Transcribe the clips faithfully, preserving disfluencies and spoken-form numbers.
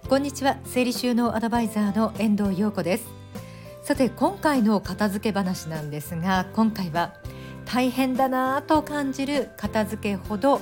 こんにちは。整理収納アドバイザーの遠藤陽子です。さて、今回の片付け話なんですが、今回は大変だなと感じる片付けほど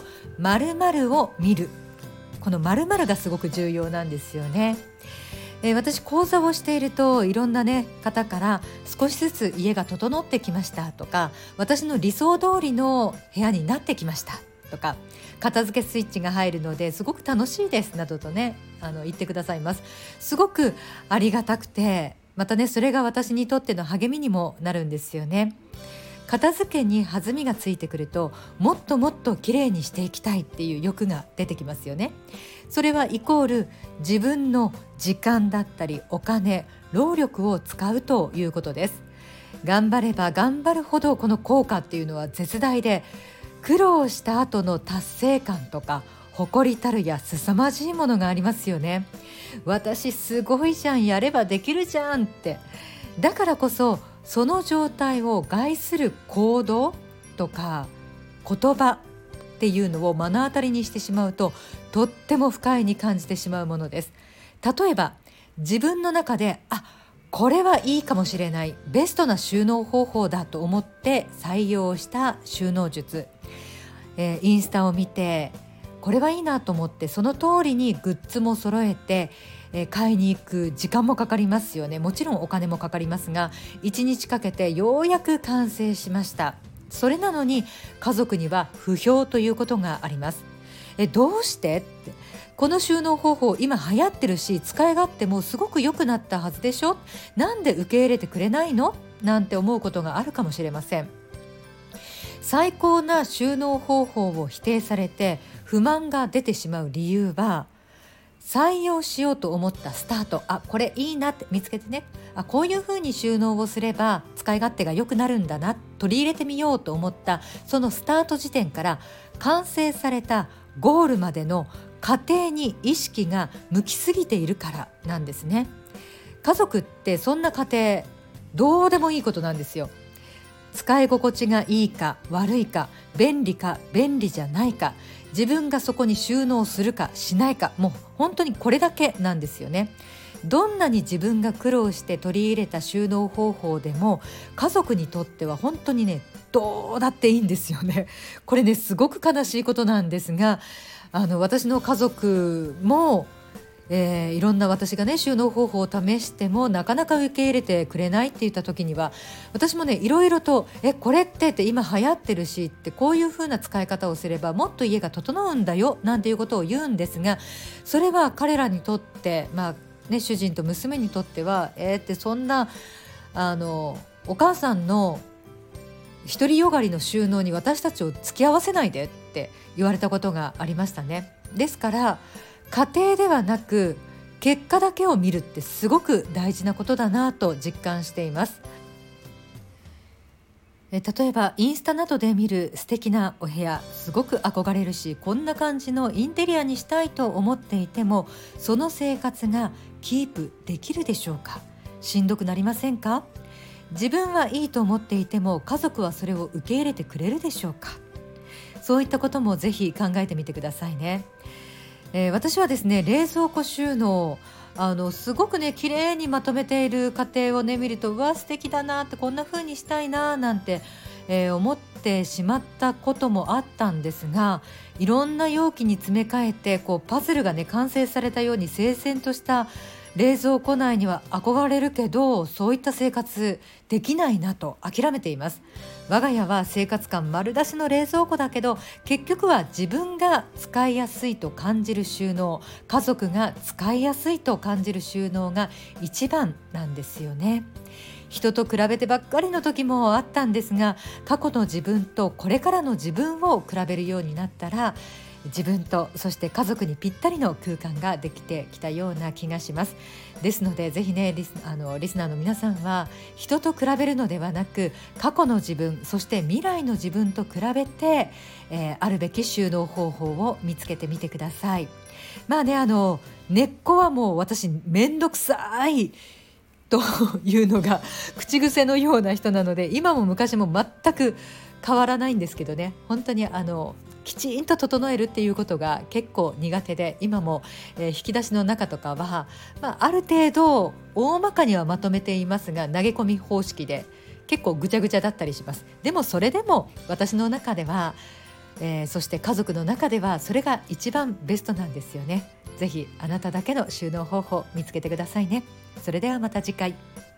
〇〇を見る、この〇〇がすごく重要なんですよね。えー、私講座をしているといろんな、ね、方から少しずつ家が整ってきましたとか、私の理想通りの部屋になってきましたとか、片付けスイッチが入るのですごく楽しいですなどとね、あの言ってくださいます。すごくありがたくて、またねそれが私にとっての励みにもなるんですよね。片付けに弾みがついてくると、もっともっときれいにしていきたいっていう欲が出てきますよね。それはイコール自分の時間だったりお金、労力を使うということです。頑張れば頑張るほどこの効果っていうのは絶大で、苦労した後の達成感とか誇りたるや凄まじいものがありますよね。私すごいじゃん、やればできるじゃんって。だからこそその状態を害する行動とか言葉っていうのを目の当たりにしてしまうと、とっても不快に感じてしまうものです。例えば自分の中で、あ、これはいいかもしれない、ベストな収納方法だと思って採用した収納術、えー、インスタを見てこれはいいなと思ってその通りにグッズも揃えて、えー、買いに行く時間もかかりますよね。もちろんお金もかかりますが、いちにちかけてようやく完成しました。それなのに家族には不評ということがあります。えどうしてって、この収納方法今流行ってるし、使い勝手もすごく良くなったはずでしょ、なんで受け入れてくれないのなんて思うことがあるかもしれません。最高な収納方法を否定されて不満が出てしまう理由は、採用しようと思ったスタート、あ、これいいなって見つけてね、あ、こういうふうに収納をすれば使い勝手が良くなるんだな、取り入れてみようと思ったそのスタート時点から完成されたゴールまでの過程に意識が向きすぎているからなんですね。家族ってそんな過程どうでもいいことなんですよ。使い心地がいいか悪いか、便利か便利じゃないか、自分がそこに収納するかしないか、もう本当にこれだけなんですよね。どんなに自分が苦労して取り入れた収納方法でも、家族にとっては本当にね、どうだっていいんですよね。これね、すごく悲しいことなんですが、あの私の家族もえー、いろんな私がね収納方法を試してもなかなか受け入れてくれないって言った時には、私もねいろいろとえこれってって今流行ってるしって、こういう風な使い方をすればもっと家が整うんだよなんていうことを言うんですが、それは彼らにとって、まあね、主人と娘にとってはえー、ってそんなあのお母さんの独りよがりの収納に私たちを付き合わせないでって言われたことがありましたね。ですから過程ではなく結果だけを見るってすごく大事なことだなと実感しています。え例えばインスタなどで見る素敵なお部屋、すごく憧れるし、こんな感じのインテリアにしたいと思っていても、その生活がキープできるでしょうか。しんどくなりませんか。自分はいいと思っていても家族はそれを受け入れてくれるでしょうか。そういったこともぜひ考えてみてくださいね。えー、私はですね、冷蔵庫収納、あのすごくね綺麗にまとめている家庭をね見ると、うわ素敵だなって、こんな風にしたいななんて、えー、思ってしまったこともあったんですが、いろんな容器に詰め替えてこうパズルがね完成されたように整然とした冷蔵庫内には憧れるけど、そういった生活できないなと諦めています。我が家は生活感丸出しの冷蔵庫だけど、結局は自分が使いやすいと感じる収納、家族が使いやすいと感じる収納が一番なんですよね。人と比べてばっかりの時もあったんですが、過去の自分とこれからの自分を比べるようになったら、自分とそして家族にぴったりの空間ができてきたような気がします。ですのでぜひねリス、あのリスナーの皆さんは人と比べるのではなく、過去の自分そして未来の自分と比べて、えー、あるべき収納方法を見つけてみてください。まあね、あの根っこはもう私めんどくさいというのが口癖のような人なので、今も昔も全く変わらないんですけどね、本当にあのきちんと整えるっていうことが結構苦手で、今も、えー引き出しの中とかは、まあ、ある程度大まかにはまとめていますが、投げ込み方式で結構ぐちゃぐちゃだったりします。でもそれでも私の中では、えーそして家族の中ではそれが一番ベストなんですよね。ぜひあなただけの収納方法見つけてくださいね。それではまた次回。